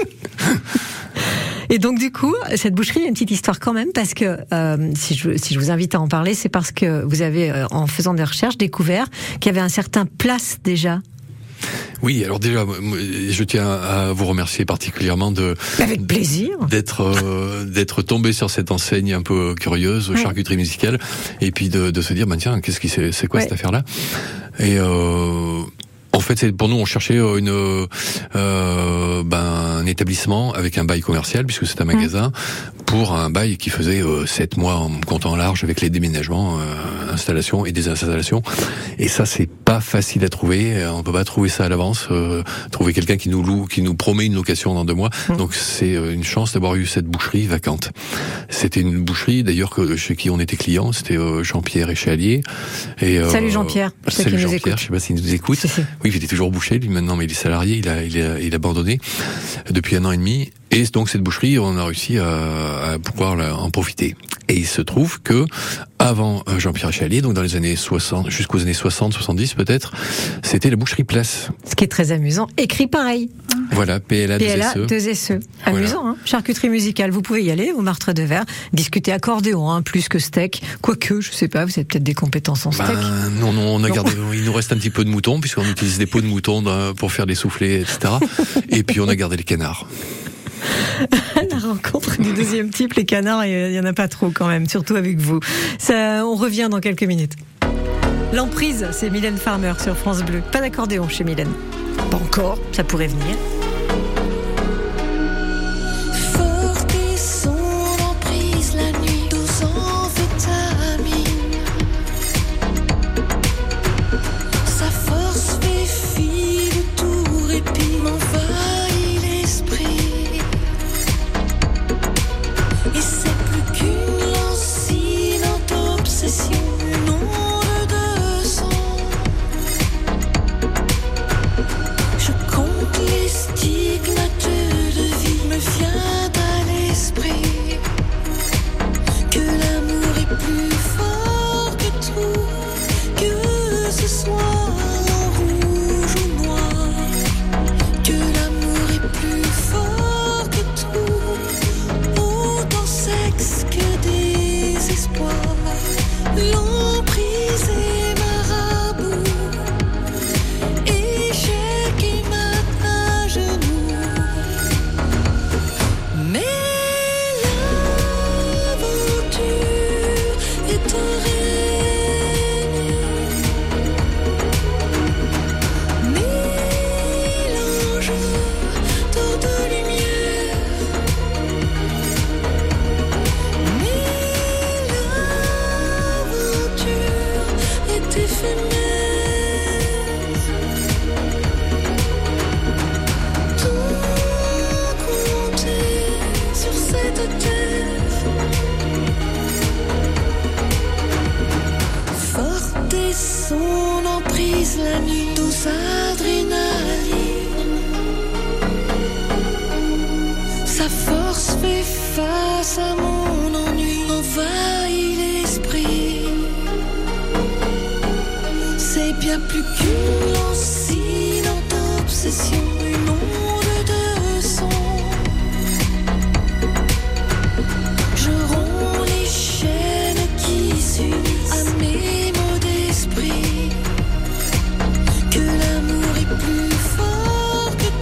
Et donc du coup, cette boucherie a une petite histoire quand même, parce que euh, si, je, si je vous invite à en parler, c'est parce que vous avez, euh, en faisant des recherches, découvert qu'il y avait un certain place déjà. Oui, alors déjà, je tiens à vous remercier particulièrement de avec plaisir d'être euh, d'être tombé sur cette enseigne un peu curieuse, ouais. charcuterie musicale, et puis de, de se dire, ben tiens, qu'est-ce qui c'est, c'est quoi ouais. cette affaire-là? Et euh, en fait, c'est pour nous, on cherchait une euh, ben un établissement avec un bail commercial, puisque c'est un magasin, mmh. pour un bail qui faisait euh, sept mois en comptant large, avec les déménagements, euh, installations et désinstallations. Et ça, c'est pas facile à trouver. On peut pas trouver ça à l'avance. Euh, trouver quelqu'un qui nous loue, qui nous promet une location dans deux mois. Mmh. Donc c'est une chance d'avoir eu cette boucherie vacante. C'était une boucherie d'ailleurs que chez qui on était client. C'était euh, Jean-Pierre Échalier. Et euh, salut Jean-Pierre. Salut Jean-Pierre. Je sais pas s'il nous écoute. Si, si. Oui, il était toujours boucher lui maintenant, mais il est salarié. Il a, il a, il a abandonné depuis un an et demi. Et donc cette boucherie, on a réussi à, à pouvoir en profiter. Et il se trouve que avant Jean-Pierre Échalier, donc dans les années soixante, jusqu'aux années soixante, soixante-dix peut-être, c'était la boucherie Place. Ce qui est très amusant. Écrit pareil. Voilà, P L A deux S E. Amusant, voilà. hein. Charcuterie musicale. Vous pouvez y aller au Martre de Verne, discuter accordéon, hein, plus que steak. Quoique, je sais pas, vous avez peut-être des compétences en steak. Ben, non, non, on a non. gardé, il nous reste un petit peu de mouton, puisqu'on utilise des peaux de mouton pour faire des soufflets, et cetera. Et puis on a gardé les canards. La rencontre du deuxième type, les canards, il y en a pas trop quand même, surtout avec vous. Ça, on revient dans quelques minutes. L'emprise, c'est Mylène Farmer sur France Bleu. Pas d'accordéon chez Mylène. Pas encore, ça pourrait venir. Que l'amour est plus fort que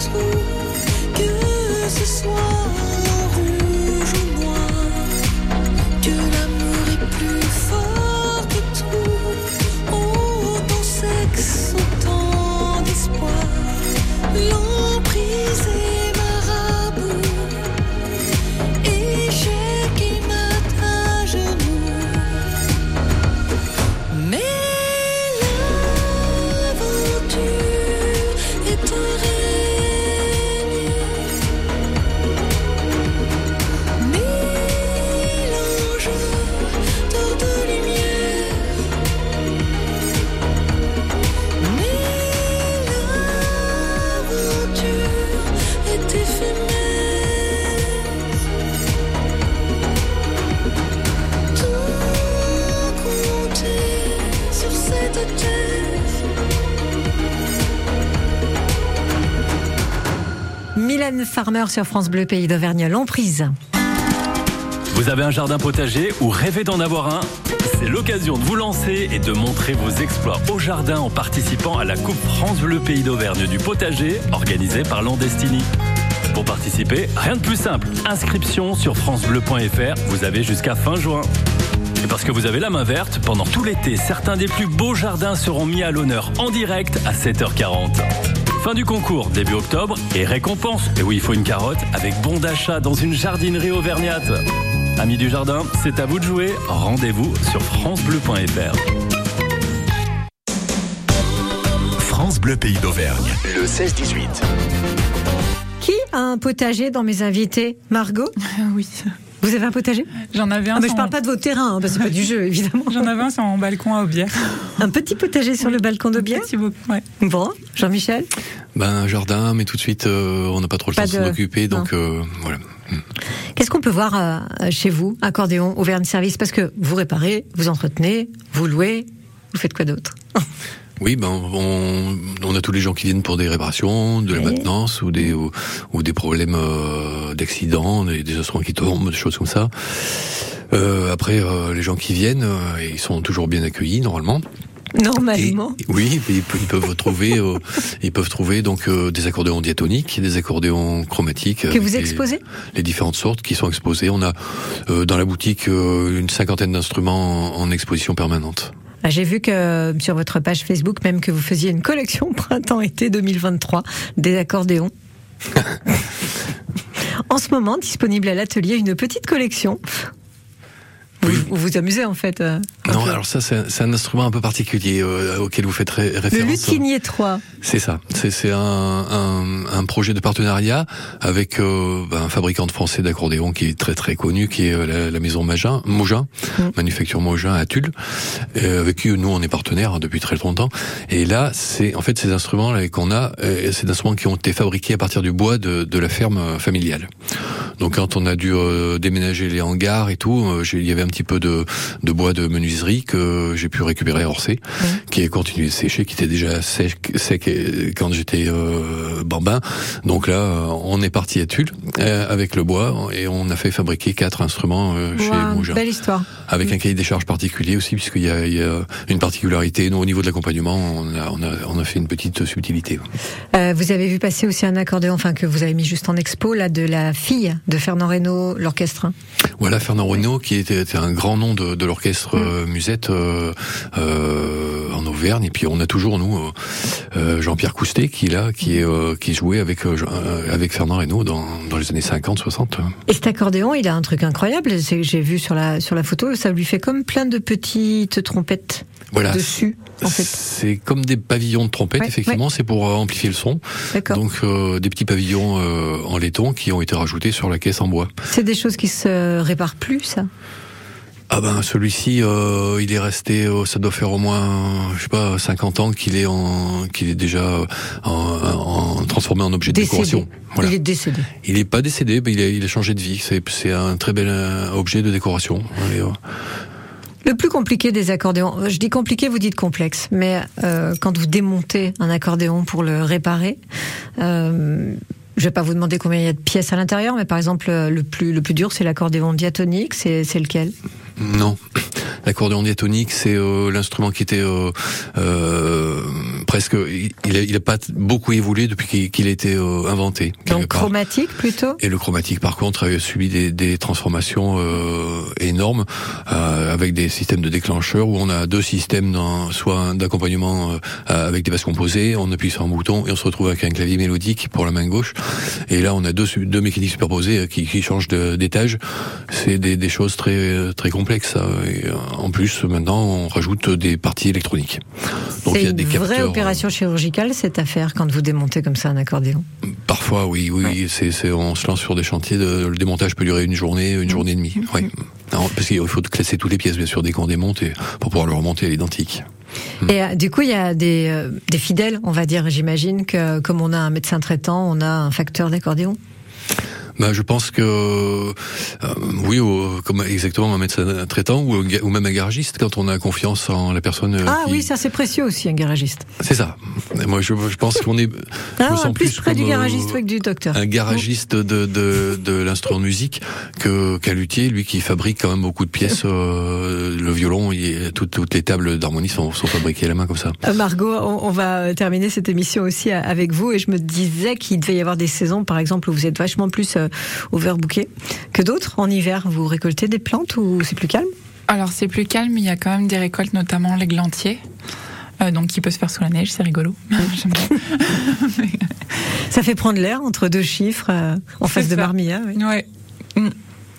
Mylène Farmer sur France Bleu Pays d'Auvergne Longprise. Vous avez un jardin potager ou rêvez d'en avoir un? C'est l'occasion de vous lancer et de montrer vos exploits au jardin en participant à la Coupe France Bleu Pays d'Auvergne du potager organisée par Landestini. Pour participer, rien de plus simple. Inscription sur francebleu point f r. Vous avez jusqu'à fin juin. Et parce que vous avez la main verte, pendant tout l'été, certains des plus beaux jardins seront mis à l'honneur en direct à sept heures quarante. Fin du concours, début octobre, et récompense. Et oui, il faut une carotte avec bon d'achat dans une jardinerie auvergnate. Amis du jardin, c'est à vous de jouer. Rendez-vous sur francebleu point f r. France Bleu Pays d'Auvergne, le seize dix-huit. Qui a un potager dans mes invités? Margot? Oui. Vous avez un potager? J'en avais un. Ah, mais sans... je parle pas de votre terrain, hein, parce que c'est pas du jeu, évidemment. J'en avais un sur mon balcon à Aubière. Un petit potager sur oui. le balcon d'Aubière? Petit beau, ouais. Bon, Jean-Michel? Ben, un jardin, mais tout de suite, euh, on n'a pas trop le pas temps de de... s'en occuper, donc euh, voilà. Qu'est-ce qu'on peut voir euh, chez vous, Accordéon Auvergne Service? Parce que vous réparez, vous entretenez, vous louez, vous faites quoi d'autre? Oui, ben on, on a tous les gens qui viennent pour des réparations, de la oui. maintenance ou des ou, ou des problèmes euh, d'accidents, des, des instruments qui tombent, des choses comme ça. Euh, après, euh, les gens qui viennent, euh, ils sont toujours bien accueillis normalement. Normalement. Et, oui, ils, ils peuvent trouver, euh, ils peuvent trouver donc euh, des accordéons diatoniques, des accordéons chromatiques. Que vous exposez? Les, les différentes sortes qui sont exposées. On a euh, dans la boutique euh, une cinquantaine d'instruments en, en exposition permanente. Ah, j'ai vu que sur votre page Facebook même que vous faisiez une collection printemps-été deux mille vingt-trois des accordéons. En ce moment, disponible à l'atelier, une petite collection. Vous, oui. vous vous amusez en fait. Euh, non, alors ça c'est un, c'est un instrument un peu particulier euh, auquel vous faites ré- référence. Le lutinier trois. C'est ça. C'est, c'est un, un, un projet de partenariat avec euh, un fabricant de français d'accordéon qui est très très connu, qui est la, la maison Magin, Mogin, mmh. manufacture Mogin à Tulle, euh, avec qui nous on est partenaires hein, depuis très longtemps. Et là, c'est en fait ces instruments là qu'on a, euh, ces instruments qui ont été fabriqués à partir du bois de, de la ferme familiale. Donc quand on a dû euh, déménager les hangars et tout, euh, il y avait un petit peu de, de bois de menuiserie que j'ai pu récupérer à Orsay, mmh. qui a continué de sécher, qui était déjà sec, sec quand j'étais euh, bambin. Donc là, euh, on est parti à Tulle euh, avec le bois et on a fait fabriquer quatre instruments euh, wow, chez Mougin. Belle histoire. Avec mmh. un cahier des charges particulier aussi, puisqu'il y a, il y a une particularité. Nous, au niveau de l'accompagnement, on a, on a, on a fait une petite subtilité. Euh, vous avez vu passer aussi un accordéon, enfin que vous avez mis juste en expo, là, de la fille de Fernand Reynaud, l'orchestre. Voilà, Fernand Reynaud, qui était, était un grand nom de, de l'orchestre mmh. euh, Musette euh, euh, en Auvergne. Et puis on a toujours nous euh, euh, Jean-Pierre Coustet qui là, qui est euh, qui jouait avec euh, avec Fernand Reynaud dans dans les années cinquante soixante. Et cet accordéon, il a un truc incroyable. C'est que j'ai vu sur la sur la photo, ça lui fait comme plein de petites trompettes voilà, dessus. En fait. C'est comme des pavillons de trompette, ouais, effectivement, ouais. c'est pour euh, amplifier le son. D'accord. Donc euh, des petits pavillons euh, en laiton qui ont été rajoutés sur la caisse en bois. C'est des choses qui se réparent plus, ça? Ah ben celui-ci, euh, il est resté, euh, ça doit faire au moins, je sais pas, cinquante ans qu'il est en, qu'il est déjà en, en transformé en objet décédé. de décoration. Voilà. Il est décédé. Il est pas décédé, mais il a, il a changé de vie. C'est, c'est un très bel euh, objet de décoration. Et, euh, Le plus compliqué des accordéons, je dis compliqué, vous dites complexe, mais euh, quand vous démontez un accordéon pour le réparer, euh, je vais pas vous demander combien il y a de pièces à l'intérieur, mais par exemple, le plus le plus dur, c'est l'accordéon diatonique, c'est c'est lequel? Non, l'accordéon diatonique, c'est euh, l'instrument qui était euh, euh, presque, il a, il a pas beaucoup évolué depuis qu'il, qu'il a été euh, inventé. Donc chromatique plutôt. Et le chromatique, par contre, a subi des, des transformations euh, énormes euh, avec des systèmes de déclencheurs où on a deux systèmes, dans, soit d'accompagnement euh, avec des basses composées, on appuie sur un bouton et on se retrouve avec un clavier mélodique pour la main gauche. Et là, on a deux, deux mécaniques superposées qui, qui changent de, d'étage. C'est des, des choses très très complexes. Et en plus, maintenant, on rajoute des parties électroniques. Donc, c'est il y a des une capteurs, vraie opération chirurgicale, cette affaire, quand vous démontez comme ça un accordéon? Parfois, oui, oui. Ouais. C'est, c'est, on se lance sur des chantiers. De, le démontage peut durer une journée, une mmh. journée et demie. Mmh. Ouais. Alors, parce qu'il faut classer toutes les pièces, bien sûr, dès qu'on démonte, et, pour pouvoir le remonter à l'identique. Et euh, du coup, il y a des, euh, des fidèles, on va dire. J'imagine que, comme on a un médecin traitant, on a un facteur d'accordéon. Bah, je pense que euh, oui, au, comme exactement un médecin traitant ou, ou même un garagiste, quand on a confiance en la personne. Ah qui... oui, ça c'est précieux aussi, un garagiste. C'est ça. Et moi, je, je pense qu'on est. Ah, je me sens plus, plus près comme, du garagiste euh, que du docteur. Un garagiste de de, de l'instrument de musique que qu'un luthier, lui, qui fabrique quand même beaucoup de pièces. Euh, le violon, il, toutes, toutes les tables d'harmonie sont, sont fabriquées à la main comme ça. Euh, Margot, on, on va terminer cette émission aussi avec vous, et je me disais qu'il devait y avoir des saisons, par exemple, où vous êtes vachement plus euh, overbooké que d'autres. En hiver, vous récoltez des plantes ou c'est plus calme? Alors c'est plus calme, mais il y a quand même des récoltes, notamment l'églantier. Euh, donc qui peut se faire sous la neige, c'est rigolo. J'aime bien. Ça fait prendre l'air entre deux chiffres euh, en face de Marmilla. Oui. Ouais. Mm.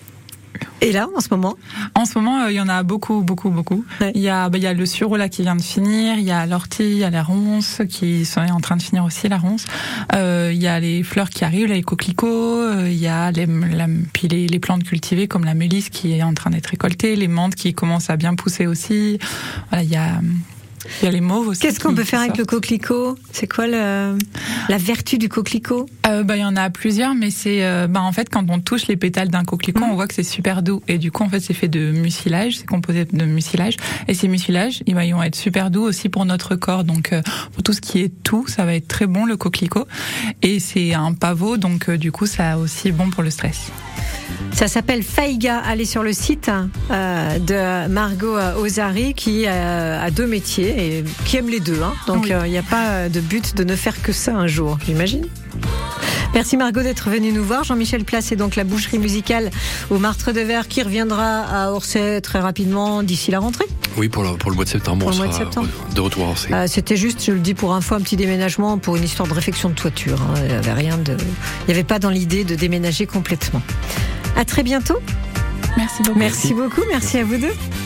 Et là, en ce moment En ce moment, il euh, y en a beaucoup, beaucoup, beaucoup. Ouais. Il y a, bah, il y a le sureau là qui vient de finir, il y a l'ortie, il y a la ronce qui sont en train de finir aussi, la ronce. Euh, il y a les fleurs qui arrivent, là, les coquelicots, euh, il y a les, la, puis les, les plantes cultivées comme la mélisse qui est en train d'être récoltée, les menthes qui commencent à bien pousser aussi. Voilà, il y a... Il y a les mauves aussi. Qu'est-ce qu'on peut faire avec sortent. le coquelicot? C'est quoi le, la vertu du coquelicot? euh, bah, il y en a plusieurs, mais c'est euh, bah, en fait quand on touche les pétales d'un coquelicot, mmh. on voit que c'est super doux. Et du coup, en fait, c'est fait de mucilage, c'est composé de mucilage. Et ces mucilages, eh ben, ils vont être super doux aussi pour notre corps. Donc, euh, pour tout ce qui est tout, ça va être très bon le coquelicot. Et c'est un pavot, donc euh, du coup, ça aussi bon pour le stress. Ça s'appelle Faiga. Allez sur le site euh, de Margot Ozary qui euh, a deux métiers et qui aime les deux. Hein. Donc il n'y a pas de but de ne faire que ça un jour, j'imagine. Merci Margot d'être venue nous voir. Jean-Michel Place est donc la boucherie musicale au Martre de Verre qui reviendra à Orsay très rapidement d'ici la rentrée. Oui, pour le, pour le mois de septembre, pour on le mois de sera septembre. de retour à Orsay. Euh, c'était juste, je le dis pour info, un petit déménagement pour une histoire de réfection de toiture. Hein. Il n'y avait rien de, il n'y avait pas dans l'idée de déménager complètement. À très bientôt. Merci beaucoup. Merci beaucoup. Merci à vous deux.